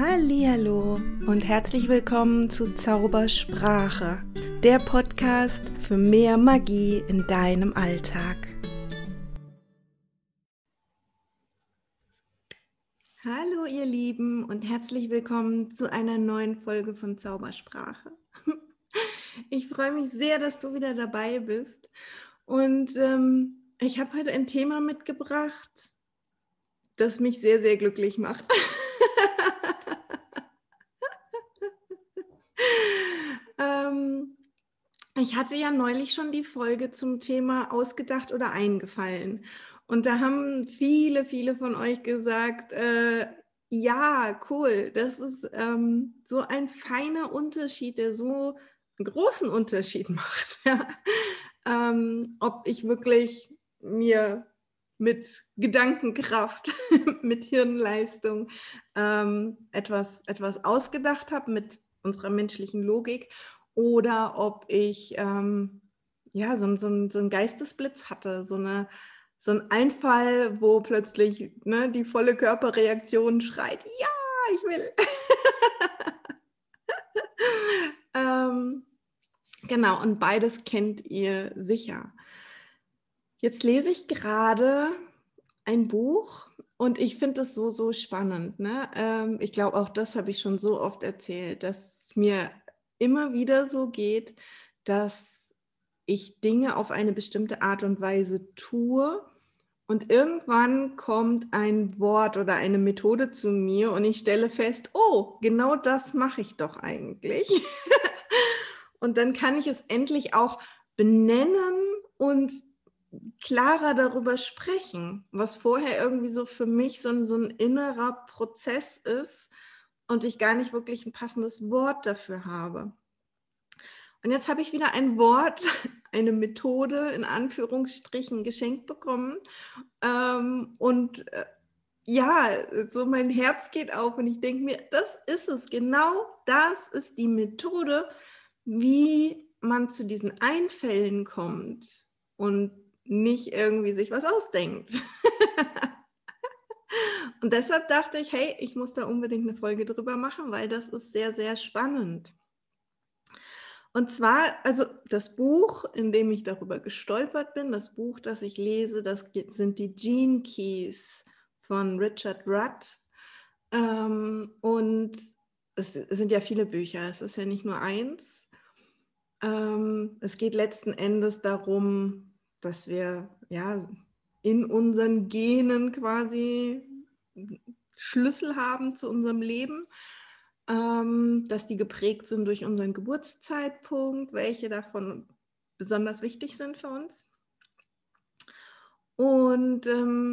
Hallihallo und herzlich willkommen zu Zaubersprache, der Podcast für mehr Magie in deinem Alltag. Hallo ihr Lieben und herzlich willkommen zu einer neuen Folge von Zaubersprache. Ich freue mich sehr, dass du wieder dabei bist und ich habe heute ein Thema mitgebracht, das mich sehr, sehr glücklich macht. Ich hatte ja neulich schon die Folge zum Thema ausgedacht oder eingefallen. Und da haben viele, viele von euch gesagt, ja, cool, das ist so ein feiner Unterschied, der so einen großen Unterschied macht. Ja. Ob ich wirklich mir mit Gedankenkraft, mit Hirnleistung etwas ausgedacht habe, mit unserer menschlichen Logik, oder ob ich so einen Geistesblitz hatte, so ein Einfall, wo plötzlich die volle Körperreaktion schreit, ja, ich will. Genau, und beides kennt ihr sicher. Jetzt lese ich gerade ein Buch und ich finde das so, so spannend. Ne? Ich glaube, auch das habe ich schon so oft erzählt, dass es mir immer wieder so geht, dass ich Dinge auf eine bestimmte Art und Weise tue und irgendwann kommt ein Wort oder eine Methode zu mir und ich stelle fest, oh, genau das mache ich doch eigentlich. Und dann kann ich es endlich auch benennen und klarer darüber sprechen, was vorher irgendwie so für mich so ein innerer Prozess ist und ich gar nicht wirklich ein passendes Wort dafür habe. Und jetzt habe ich wieder ein Wort, eine Methode in Anführungsstrichen geschenkt bekommen. Ja, so mein Herz geht auf und ich denke mir, das ist es, genau das ist die Methode, wie man zu diesen Einfällen kommt und nicht irgendwie sich was ausdenkt. Und deshalb dachte ich, hey, ich muss da unbedingt eine Folge drüber machen, weil das ist sehr, sehr spannend. Und zwar, also das Buch, in dem ich darüber gestolpert bin, das Buch, das ich lese, das sind die Gene Keys von Richard Rudd. Und es sind ja viele Bücher, es ist ja nicht nur eins. Es geht letzten Endes darum, dass wir ja in unseren Genen quasi Schlüssel haben zu unserem Leben, dass die geprägt sind durch unseren Geburtszeitpunkt, welche davon besonders wichtig sind für uns. Und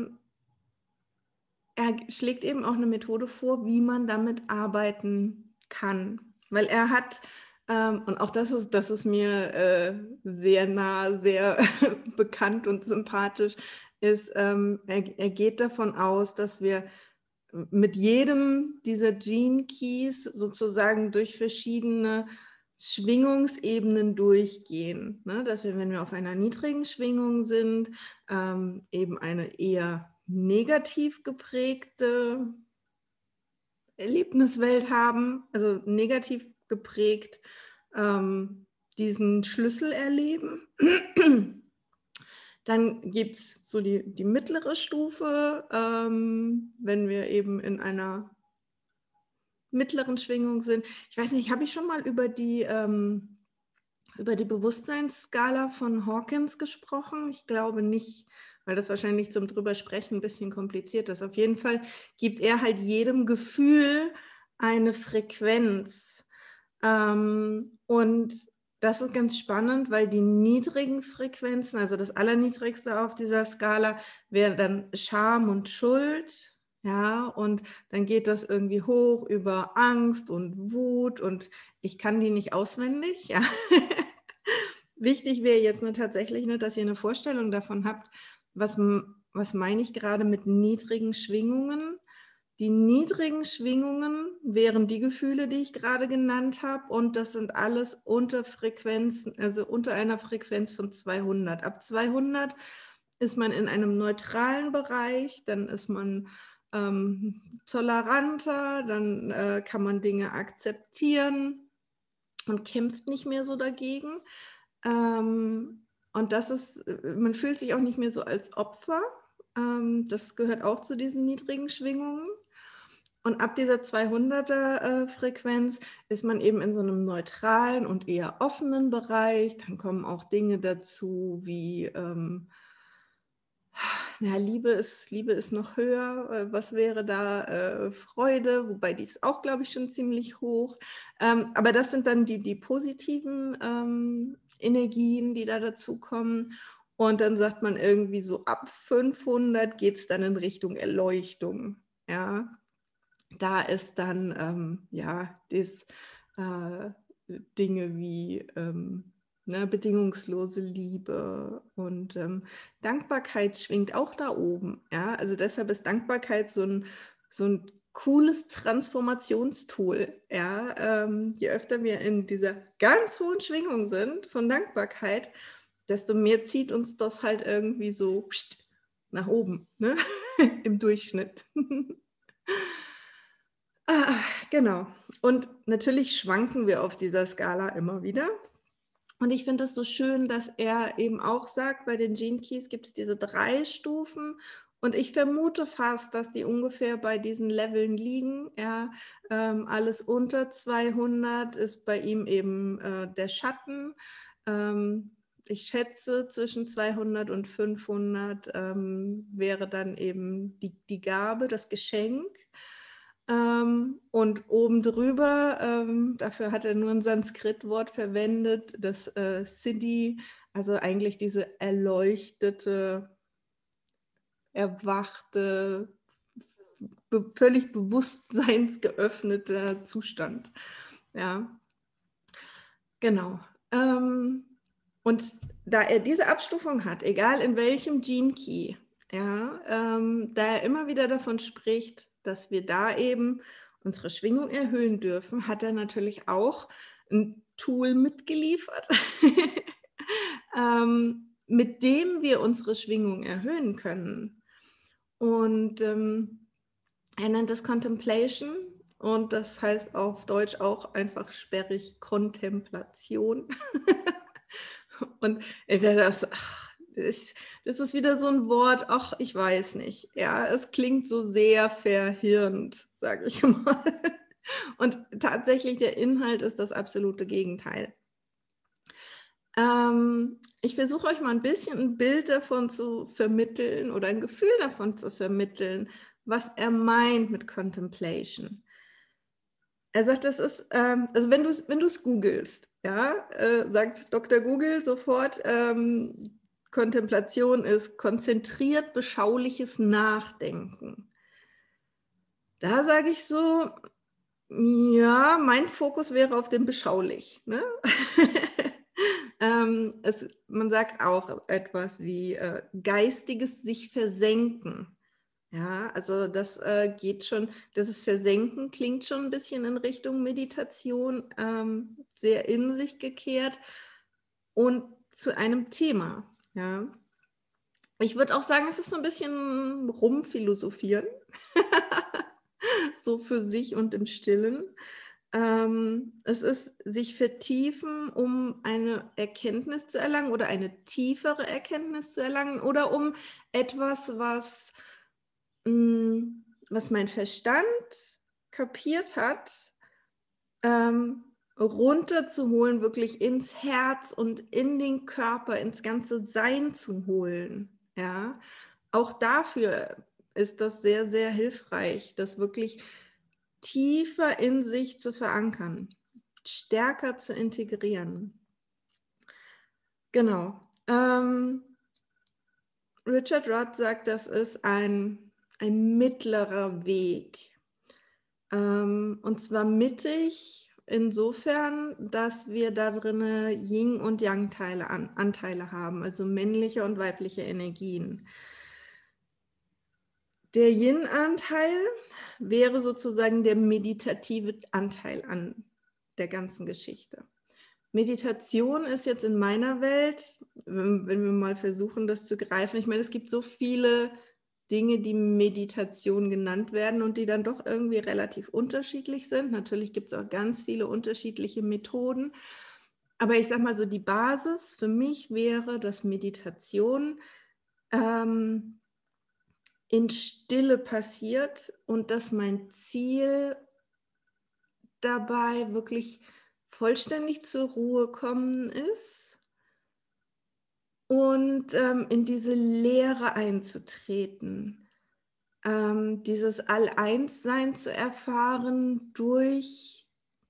er schlägt eben auch eine Methode vor, wie man damit arbeiten kann. Weil er hat, und auch das ist mir sehr nah, sehr bekannt und sympathisch, ist, er geht davon aus, dass wir mit jedem dieser Gene Keys sozusagen durch verschiedene Schwingungsebenen durchgehen. Ne? Dass wir, wenn wir auf einer niedrigen Schwingung sind, eben eine eher negativ geprägte Erlebniswelt haben, also negativ geprägt diesen Schlüssel erleben. Dann gibt es so die mittlere Stufe, wenn wir eben in einer mittleren Schwingung sind. Ich weiß nicht, habe ich schon mal über die Bewusstseinsskala von Hawkins gesprochen? Ich glaube nicht, weil das wahrscheinlich zum drüber sprechen ein bisschen kompliziert ist. Auf jeden Fall gibt er halt jedem Gefühl eine Frequenz. Und das ist ganz spannend, weil die niedrigen Frequenzen, also das Allerniedrigste auf dieser Skala, wäre dann Scham und Schuld. Ja, und dann geht das irgendwie hoch über Angst und Wut und ich kann die nicht auswendig. Ja. Wichtig wäre jetzt nur tatsächlich, dass ihr eine Vorstellung davon habt, was meine ich gerade mit niedrigen Schwingungen. Die niedrigen Schwingungen wären die Gefühle, die ich gerade genannt habe, und das sind alles unter Frequenzen, also unter einer Frequenz von 200. Ab 200 ist man in einem neutralen Bereich, dann ist man toleranter, dann kann man Dinge akzeptieren und kämpft nicht mehr so dagegen. Und das ist, man fühlt sich auch nicht mehr so als Opfer. Das gehört auch zu diesen niedrigen Schwingungen. Und ab dieser 200er Frequenz ist man eben in so einem neutralen und eher offenen Bereich. Dann kommen auch Dinge dazu wie, ja, Liebe ist noch höher. Was wäre da? Freude, wobei die ist auch, glaube ich, schon ziemlich hoch. Aber das sind dann die positiven Energien, die da dazukommen. Und dann sagt man irgendwie so, ab 500 geht es dann in Richtung Erleuchtung. Ja, da ist dann ja, Dinge wie ne, bedingungslose Liebe und Dankbarkeit schwingt auch da oben. Ja? Also deshalb ist Dankbarkeit so ein cooles Transformationstool. Ja? Je öfter wir in dieser ganz hohen Schwingung sind von Dankbarkeit, desto mehr zieht uns das halt irgendwie so nach oben, ne? Im Durchschnitt. Genau. Und natürlich schwanken wir auf dieser Skala immer wieder. Und ich finde es so schön, dass er eben auch sagt, bei den Gene Keys gibt es diese 3 Stufen. Und ich vermute fast, dass die ungefähr bei diesen Leveln liegen. Ja, alles unter 200 ist bei ihm eben der Schatten. Ich schätze, zwischen 200 und 500 wäre dann eben die Gabe, das Geschenk. Und oben drüber, dafür hat er nur ein Sanskrit-Wort verwendet, das Siddhi, also eigentlich diese erleuchtete, erwachte, völlig bewusstseinsgeöffnete Zustand. Ja, genau. Und da er diese Abstufung hat, egal in welchem Gene Key, ja, da er immer wieder davon spricht, dass wir da eben unsere Schwingung erhöhen dürfen, hat er natürlich auch ein Tool mitgeliefert, mit dem wir unsere Schwingung erhöhen können. Und er nennt das Contemplation und das heißt auf Deutsch auch einfach sperrig Kontemplation. Und das ist wieder so ein Wort, ach, ich weiß nicht. Ja, es klingt so sehr verhirnt, sage ich mal. Und tatsächlich der Inhalt ist das absolute Gegenteil. Ich versuche euch mal ein bisschen ein Bild davon zu vermitteln oder ein Gefühl davon zu vermitteln, was er meint mit Contemplation. Er sagt, das ist, also wenn du es googelst, ja, sagt Dr. Google sofort, Kontemplation ist konzentriert beschauliches Nachdenken. Da sage ich so, ja, mein Fokus wäre auf dem beschaulich. Ne? Man sagt auch etwas wie geistiges sich versenken. Ja, also das geht schon, das Versenken klingt schon ein bisschen in Richtung Meditation, sehr in sich gekehrt und zu einem Thema. Ja. Ich würde auch sagen, es ist so ein bisschen rumphilosophieren, so für sich und im Stillen. Es ist sich vertiefen, um eine Erkenntnis zu erlangen oder eine tiefere Erkenntnis zu erlangen oder um etwas, was mein Verstand kapiert hat, runterzuholen, wirklich ins Herz und in den Körper, ins ganze Sein zu holen. Ja? Auch dafür ist das sehr, sehr hilfreich, das wirklich tiefer in sich zu verankern, stärker zu integrieren. Genau. Richard Rudd sagt, das ist ein mittlerer Weg. Und zwar mittig insofern, dass wir da drin Yin- und Yang-Anteile haben, also männliche und weibliche Energien. Der Yin-Anteil wäre sozusagen der meditative Anteil an der ganzen Geschichte. Meditation ist jetzt in meiner Welt, wenn wir mal versuchen, das zu greifen, ich meine, es gibt so viele Dinge, die Meditation genannt werden und die dann doch irgendwie relativ unterschiedlich sind. Natürlich gibt es auch ganz viele unterschiedliche Methoden. Aber ich sage mal so, die Basis für mich wäre, dass Meditation ähm, in Stille passiert und dass mein Ziel dabei wirklich vollständig zur Ruhe kommen ist und in diese Leere einzutreten, dieses All-Eins-Sein zu erfahren durch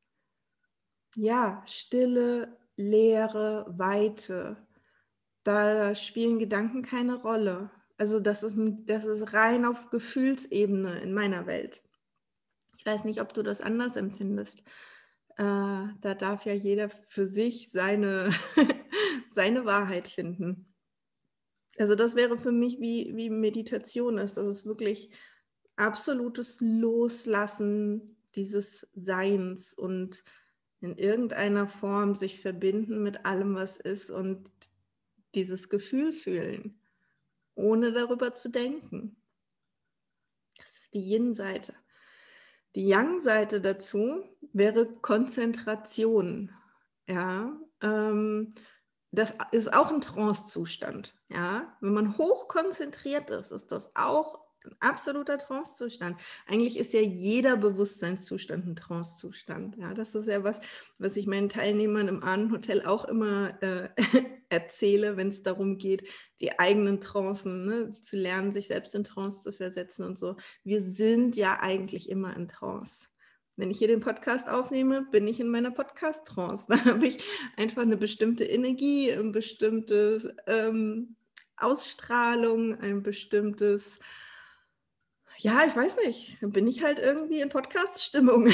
ja, Stille, Leere, Weite. Da spielen Gedanken keine Rolle. Also das ist rein auf Gefühlsebene in meiner Welt. Ich weiß nicht, ob du das anders empfindest. Da darf ja jeder für sich seine, seine Wahrheit finden. Also das wäre für mich wie Meditation ist. Das ist wirklich absolutes Loslassen dieses Seins und in irgendeiner Form sich verbinden mit allem, was ist und dieses Gefühl fühlen, ohne darüber zu denken. Das ist die Yin-Seite. Die Yang-Seite dazu wäre Konzentration. Ja, das ist auch ein Trance-Zustand. Ja, wenn man hoch konzentriert ist, ist das auch ein absoluter Trance-Zustand. Eigentlich ist ja jeder Bewusstseinszustand ein Trance-Zustand. Ja, das ist ja was ich meinen Teilnehmern im Ahnenhotel auch immer erzähle, wenn es darum geht, die eigenen Trancen, ne, zu lernen, sich selbst in Trance zu versetzen und so. Wir sind ja eigentlich immer in Trance. Wenn ich hier den Podcast aufnehme, bin ich in meiner Podcast-Trance. Da habe ich einfach eine bestimmte Energie, eine bestimmte Ausstrahlung, ein bestimmtes, ja, ich weiß nicht, dann bin ich halt irgendwie in Podcast-Stimmung.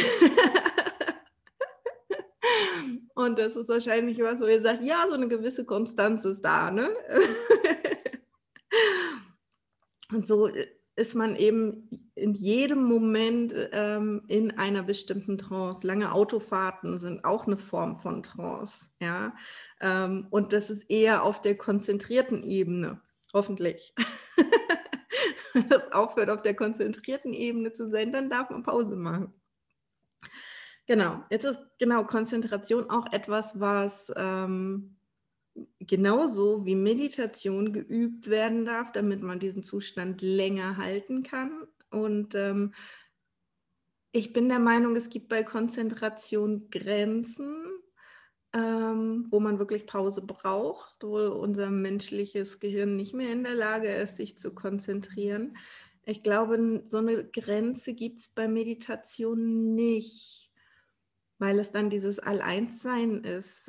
Und das ist wahrscheinlich was, wo ihr sagt, ja, so eine gewisse Konstanz ist da, ne? Und so ist man eben in jedem Moment in einer bestimmten Trance. Lange Autofahrten sind auch eine Form von Trance, ja. Und das ist eher auf der konzentrierten Ebene, hoffentlich. Wenn das aufhört, auf der konzentrierten Ebene zu sein, dann darf man Pause machen. Genau, jetzt ist genau Konzentration auch etwas, was genauso wie Meditation geübt werden darf, damit man diesen Zustand länger halten kann. Und ich bin der Meinung, es gibt bei Konzentration Grenzen, wo man wirklich Pause braucht, wo unser menschliches Gehirn nicht mehr in der Lage ist, sich zu konzentrieren. Ich glaube, so eine Grenze gibt es bei Meditation nicht, weil es dann dieses All-Eins-Sein ist.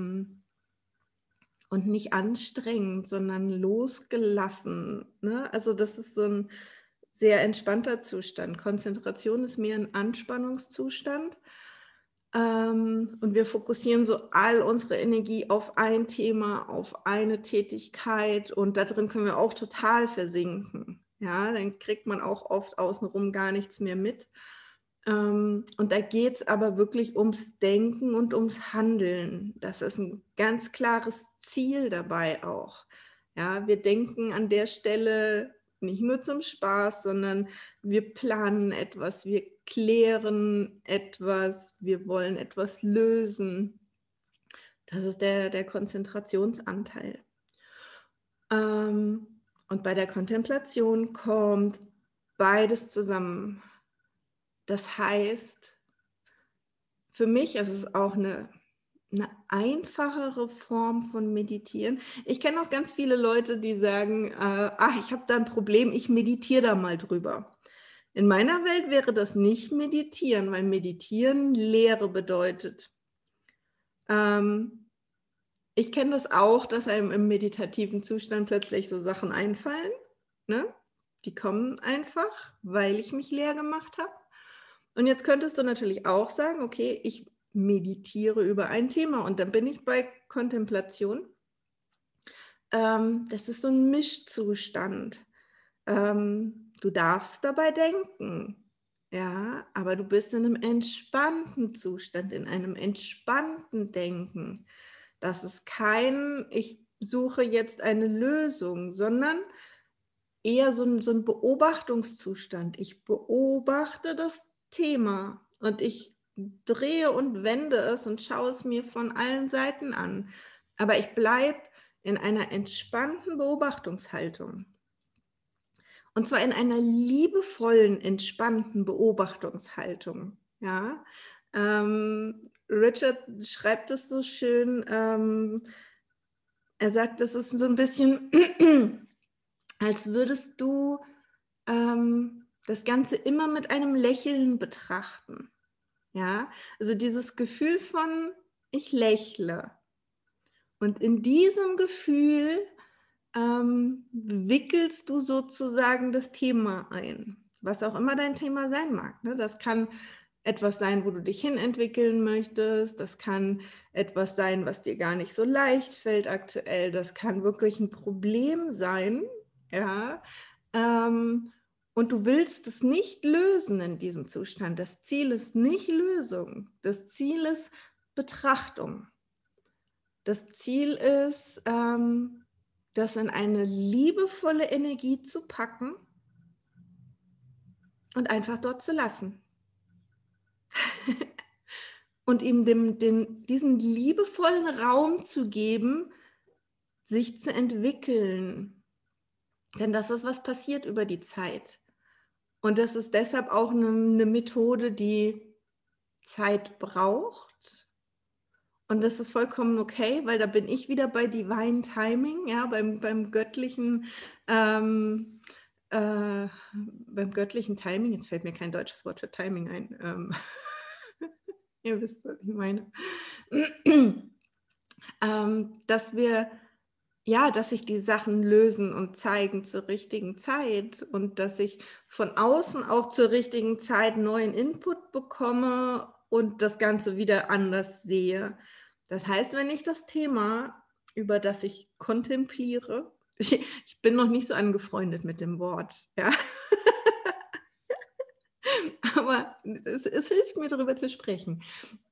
Und nicht anstrengend, sondern losgelassen. Ne? Also das ist so ein sehr entspannter Zustand. Konzentration ist mehr ein Anspannungszustand. Und wir fokussieren so all unsere Energie auf ein Thema, auf eine Tätigkeit. Und da drin können wir auch total versinken. Ja, dann kriegt man auch oft außenrum gar nichts mehr mit. Und da geht es aber wirklich ums Denken und ums Handeln. Das ist ein ganz klares Ziel dabei auch. Ja, wir denken an der Stelle nicht nur zum Spaß, sondern wir planen etwas, wir klären etwas, wir wollen etwas lösen. Das ist der Konzentrationsanteil. Und bei der Kontemplation kommt beides zusammen. Das heißt, für mich ist es auch eine einfachere Form von Meditieren. Ich kenne auch ganz viele Leute, die sagen, ich habe da ein Problem, ich meditiere da mal drüber. In meiner Welt wäre das nicht Meditieren, weil Meditieren Leere bedeutet. Ich kenne das auch, dass einem im meditativen Zustand plötzlich so Sachen einfallen. Ne? Die kommen einfach, weil ich mich leer gemacht habe. Und jetzt könntest du natürlich auch sagen, okay, ich meditiere über ein Thema und dann bin ich bei Kontemplation. Das ist so ein Mischzustand. Du darfst dabei denken, ja, aber du bist in einem entspannten Zustand, in einem entspannten Denken. Das ist kein, ich suche jetzt eine Lösung, sondern eher so ein Beobachtungszustand. Ich beobachte das Thema und ich drehe und wende es und schaue es mir von allen Seiten an. Aber ich bleibe in einer entspannten Beobachtungshaltung. Und zwar in einer liebevollen, entspannten Beobachtungshaltung. Ja? Richard schreibt es so schön, er sagt, das ist so ein bisschen, als würdest du das Ganze immer mit einem Lächeln betrachten. Ja, also dieses Gefühl von, ich lächle. Und in diesem Gefühl wickelst du sozusagen das Thema ein, was auch immer dein Thema sein mag. Ne? Das kann etwas sein, wo du dich hinentwickeln möchtest. Das kann etwas sein, was dir gar nicht so leicht fällt aktuell. Das kann wirklich ein Problem sein. Ja. Und du willst es nicht lösen in diesem Zustand. Das Ziel ist nicht Lösung. Das Ziel ist Betrachtung. Das Ziel ist, das in eine liebevolle Energie zu packen und einfach dort zu lassen. Und ihm diesen liebevollen Raum zu geben, sich zu entwickeln. Denn das ist, was passiert über die Zeit. Und das ist deshalb auch eine Methode, die Zeit braucht. Und das ist vollkommen okay, weil da bin ich wieder bei Divine Timing, ja, beim göttlichen beim göttlichen Timing. Jetzt fällt mir kein deutsches Wort für Timing ein. Ihr wisst, was ich meine. Dass sich die Sachen lösen und zeigen zur richtigen Zeit und dass ich von außen auch zur richtigen Zeit neuen Input bekomme und das Ganze wieder anders sehe. Das heißt, wenn ich das Thema, über das ich kontempliere, ich bin noch nicht so angefreundet mit dem Wort, ja. Aber es hilft mir, darüber zu sprechen.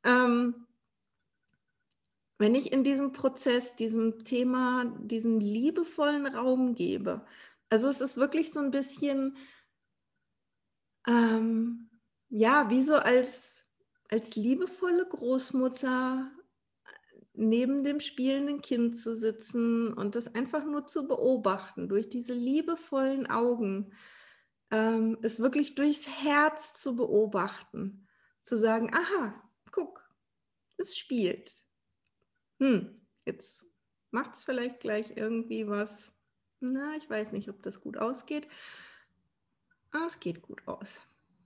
Wenn ich in diesem Prozess, diesem Thema, diesen liebevollen Raum gebe, also es ist wirklich so ein bisschen, wie so als liebevolle Großmutter neben dem spielenden Kind zu sitzen und das einfach nur zu beobachten, durch diese liebevollen Augen, es wirklich durchs Herz zu beobachten, zu sagen, aha, guck, es spielt. Jetzt macht es vielleicht gleich irgendwie was. Na, ich weiß nicht, ob das gut ausgeht. Aber es geht gut aus.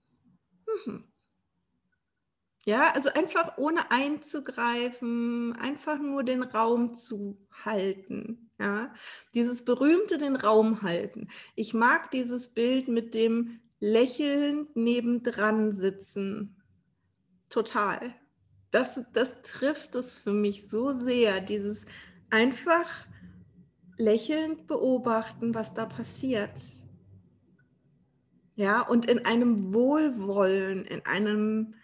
Ja, also einfach ohne einzugreifen, einfach nur den Raum zu halten. Ja, dieses berühmte den Raum halten. Ich mag dieses Bild mit dem Lächeln nebendran sitzen. Total. Das trifft es für mich so sehr, dieses einfach lächelnd beobachten, was da passiert. Ja, und in einem Wohlwollen, in einem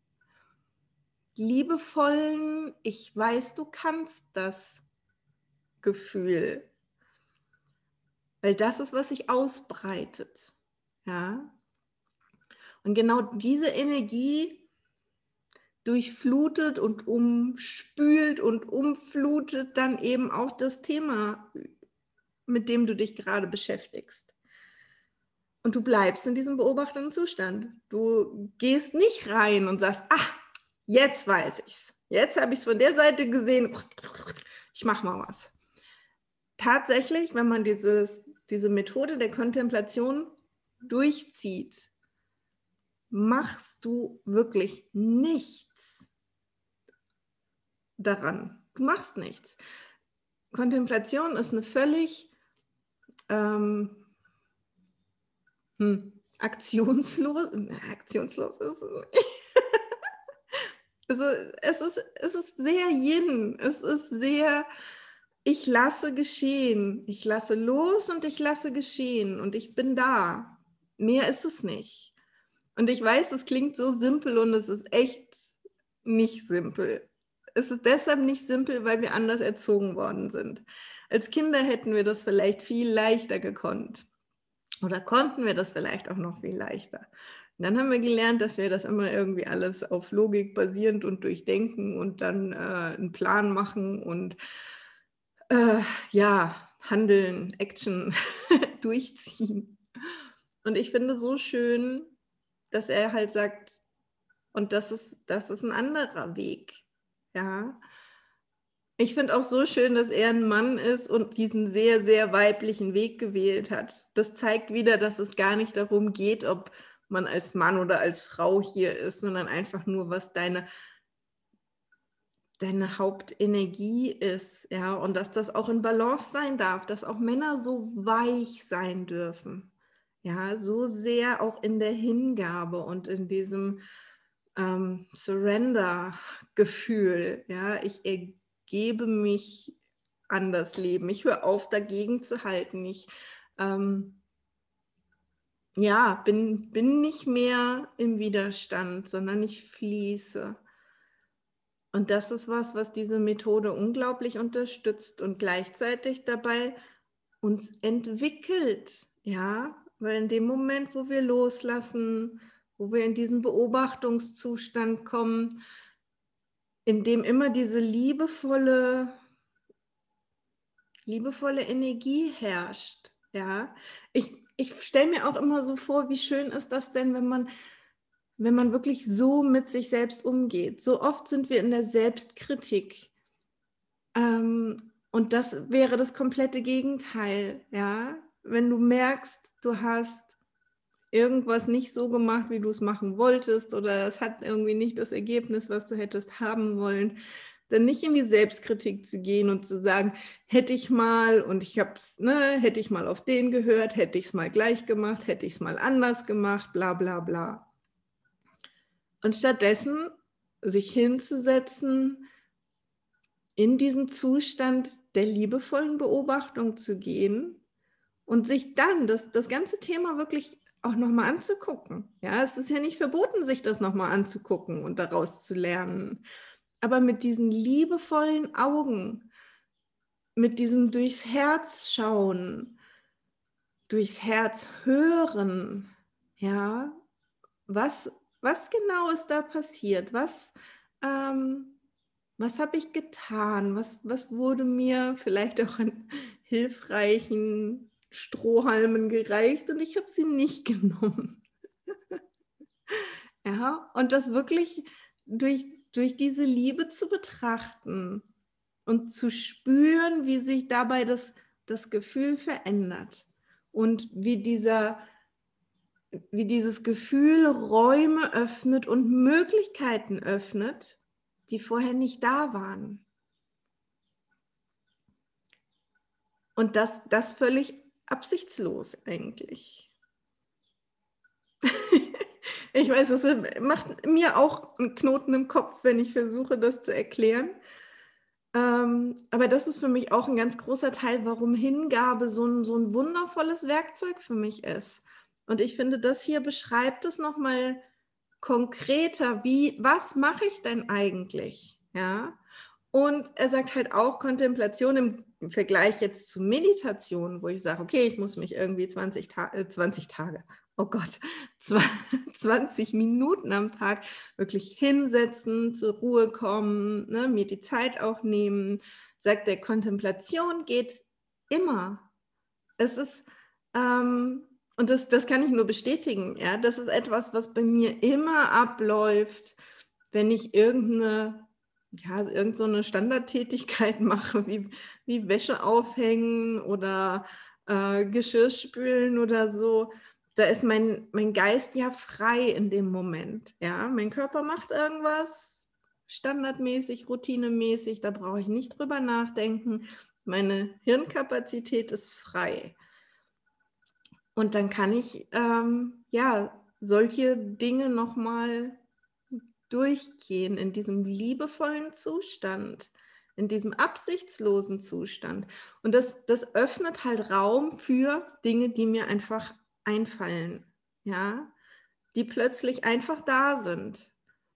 liebevollen, ich weiß, du kannst das Gefühl. Weil das ist, was sich ausbreitet. Ja. Und genau diese Energie durchflutet und umspült und umflutet dann eben auch das Thema, mit dem du dich gerade beschäftigst. Und du bleibst in diesem beobachtenden Zustand. Du gehst nicht rein und sagst, jetzt weiß ich's. Jetzt habe ich es von der Seite gesehen. Ich mache mal was. Tatsächlich, wenn man diese Methode der Kontemplation durchzieht, machst du wirklich nichts daran. Du machst nichts. Kontemplation ist eine völlig aktionslos ist also es ist sehr Yin, es ist sehr, ich lasse geschehen, ich lasse los und ich lasse geschehen und ich bin da. Mehr ist es nicht. Und ich weiß, es klingt so simpel und es ist echt nicht simpel. Es ist deshalb nicht simpel, weil wir anders erzogen worden sind. Als Kinder hätten wir das vielleicht viel leichter gekonnt. Oder konnten wir das vielleicht auch noch viel leichter? Und dann haben wir gelernt, dass wir das immer irgendwie alles auf Logik basierend und durchdenken und dann 'n Plan machen und, äh, ja, handeln, Action durchziehen. Und ich finde so schön, dass er halt sagt: „Und das ist 'n anderer Weg." Ja? Ich finde auch so schön, dass er 'n Mann ist und diesen sehr, sehr weiblichen Weg gewählt hat. Das zeigt wieder, dass es gar nicht darum geht, ob man als Mann oder als Frau hier ist, sondern einfach nur, was deine Hauptenergie ist, ja, und dass das auch in Balance sein darf, dass auch Männer so weich sein dürfen, ja, so sehr auch in der Hingabe und in diesem, Surrender-Gefühl, ja. Ich ergebe mich an das Leben. Ich höre auf, dagegen zu halten. Ich, ähm, ja, bin nicht mehr im Widerstand, sondern ich fließe. Und das ist was, was diese Methode unglaublich unterstützt und gleichzeitig dabei uns entwickelt, ja? Weil in dem Moment, wo wir loslassen, wo wir in diesen Beobachtungszustand kommen, in dem immer diese liebevolle Energie herrscht, ja? Ich stelle mir auch immer so vor, wie schön ist das denn, wenn man wirklich so mit sich selbst umgeht. So oft sind wir in der Selbstkritik. Und das wäre das komplette Gegenteil, ja? Wenn du merkst, du hast irgendwas nicht so gemacht, wie du es machen wolltest oder es hat irgendwie nicht das Ergebnis, was du hättest haben wollen, dann nicht in die Selbstkritik zu gehen und zu sagen: „Hätte ich mal und ich habe es ne, hätte ich mal auf den gehört, hätte ich es mal gleich gemacht, hätte ich es mal anders gemacht, bla bla bla." Und stattdessen sich hinzusetzen, in diesen Zustand der liebevollen Beobachtung zu gehen und sich dann das ganze Thema wirklich auch noch mal anzugucken. Ja, es ist ja nicht verboten, sich das noch mal anzugucken und daraus zu lernen. Aber mit diesen liebevollen Augen, mit diesem durchs Herz schauen, durchs Herz hören, ja, was was genau ist da passiert? Was habe ich getan? Was wurde mir vielleicht auch an hilfreichen Strohhalmen gereicht und ich habe sie nicht genommen. Ja, und das wirklich durch diese Liebe zu betrachten und zu spüren, wie sich dabei das Gefühl verändert und wie dieses Gefühl Räume öffnet und Möglichkeiten öffnet, die vorher nicht da waren. Und das völlig absichtslos eigentlich. Ich weiß, es macht mir auch 'n Knoten im Kopf, wenn ich versuche, das zu erklären. Aber das ist für mich auch 'n ganz großer Teil, warum Hingabe so 'n wundervolles Werkzeug für mich ist. Und ich finde, das hier beschreibt es noch mal konkreter, was mache ich denn eigentlich, ja? Und er sagt halt auch Kontemplation im Vergleich jetzt zu Meditation, wo ich sage: „Okay, ich muss mich irgendwie 20 Tage, oh Gott, zwa 20 Minuten am Tag wirklich hinsetzen, zur Ruhe kommen, ne, mir die Zeit auch nehmen." Sagt er: „Kontemplation geht immer." Es ist, und das kann ich nur bestätigen, ja? Das ist etwas, was bei mir immer abläuft, wenn ich irgend so 'ne Standardtätigkeit mache, wie Wäsche aufhängen oder, Geschirr spülen oder so. Da ist mein Geist ja frei in dem Moment, ja? Mein Körper macht irgendwas standardmäßig, routinemäßig, da brauche ich nicht drüber nachdenken. Meine Hirnkapazität ist frei. Und dann kann ich, ja, solche Dinge noch mal durchgehen in diesem liebevollen Zustand, in diesem absichtslosen Zustand. Und das öffnet halt Raum für Dinge, die mir einfach einfallen, ja, die plötzlich einfach da sind.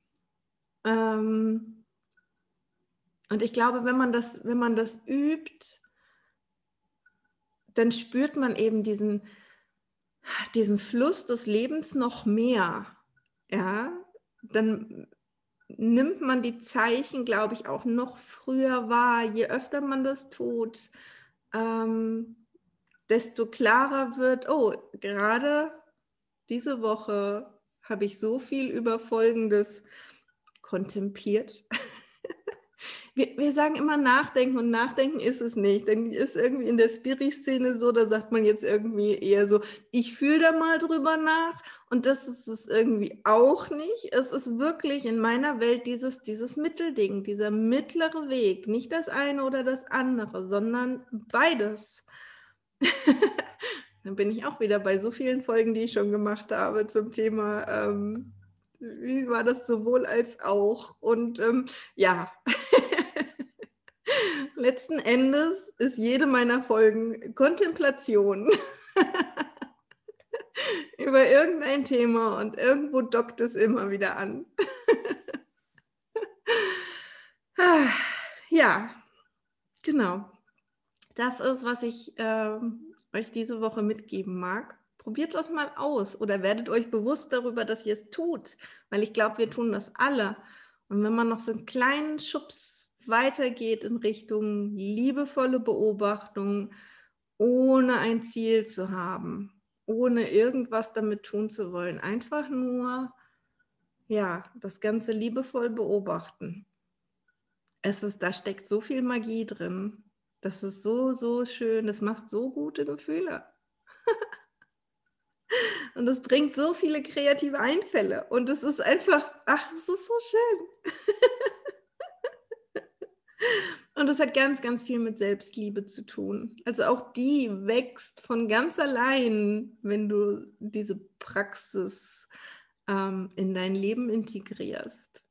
Ähm, und ich glaube, wenn man das übt, dann spürt man eben diesen Fluss des Lebens noch mehr, ja, dann nimmt man die Zeichen, glaube ich, auch noch früher wahr. Je öfter man das tut, ähm, desto klarer wird: „Oh, gerade diese Woche habe ich so viel über Folgendes kontempliert.“ Wir sagen immer nachdenken und nachdenken ist es nicht. Dann ist irgendwie in der Spiri-Szene so, da sagt man jetzt irgendwie eher so: „Ich fühle da mal drüber nach“, und das ist es irgendwie auch nicht. Es ist wirklich in meiner Welt dieses Mittelding, dieser mittlere Weg, nicht das eine oder das andere, sondern beides. Dann bin ich auch wieder bei so vielen Folgen, die ich schon gemacht habe zum Thema, wie war das sowohl als auch? Und, ja. Letzten Endes ist jede meiner Folgen Kontemplation über irgendein Thema und irgendwo dockt es immer wieder an. Ah, ja, genau. Das ist, was ich, euch diese Woche mitgeben mag. Probiert das mal aus oder werdet euch bewusst darüber, dass ihr es tut, weil ich glaube, wir tun das alle. Und wenn man noch so einen kleinen Schubs weitergeht in Richtung liebevolle Beobachtung, ohne ein Ziel zu haben, ohne irgendwas damit tun zu wollen, einfach nur, ja, das Ganze liebevoll beobachten. Da steckt so viel Magie drin. Das ist so, so schön. Das macht so gute Gefühle. Und es bringt so viele kreative Einfälle. Und es ist einfach, ach, es ist so schön. Und es hat ganz, ganz viel mit Selbstliebe zu tun. Also auch die wächst von ganz allein, wenn du diese Praxis in dein Leben integrierst.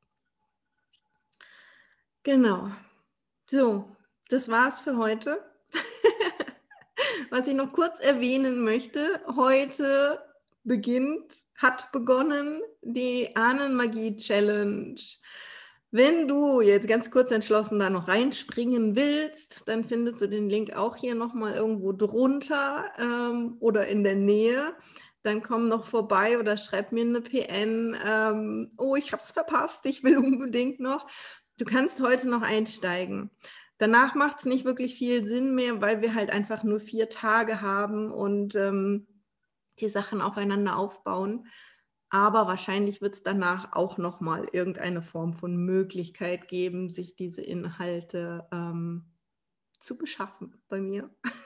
Genau. So, das war's für heute. Was ich noch kurz erwähnen möchte, heute hat begonnen die Ahnenmagie-Challenge. Wenn du jetzt ganz kurz entschlossen da noch reinspringen willst, dann findest du den Link auch hier nochmal irgendwo drunter oder in der Nähe. Dann komm noch vorbei oder schreib mir eine PN. Oh, ich habe es verpasst, ich will unbedingt noch. Du kannst heute noch einsteigen. Danach macht es nicht wirklich viel Sinn mehr, weil wir halt einfach nur 4 Tage haben und die Sachen aufeinander aufbauen. Aber wahrscheinlich wird es danach auch noch mal irgendeine Form von Möglichkeit geben, sich diese Inhalte zu beschaffen bei mir.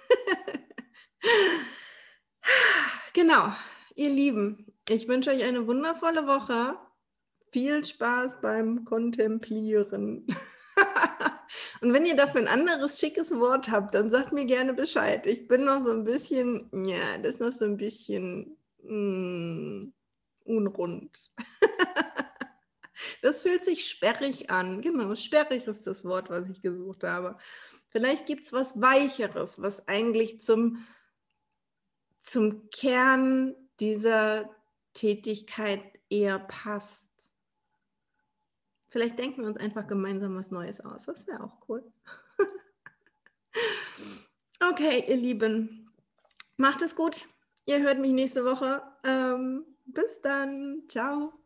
Genau, ihr Lieben, ich wünsche euch eine wundervolle Woche. Viel Spaß beim Kontemplieren. Und wenn ihr dafür ein anderes schickes Wort habt, dann sagt mir gerne Bescheid. Ich bin noch so ein bisschen, ja, das ist noch so ein bisschen unrund. Das fühlt sich sperrig an. Genau, sperrig ist das Wort, was ich gesucht habe. Vielleicht gibt es was Weicheres, was eigentlich zum Kern dieser Tätigkeit eher passt. Vielleicht denken wir uns einfach gemeinsam was Neues aus. Das wäre auch cool. Okay, ihr Lieben, macht es gut. Ihr hört mich nächste Woche. Bis dann. Ciao.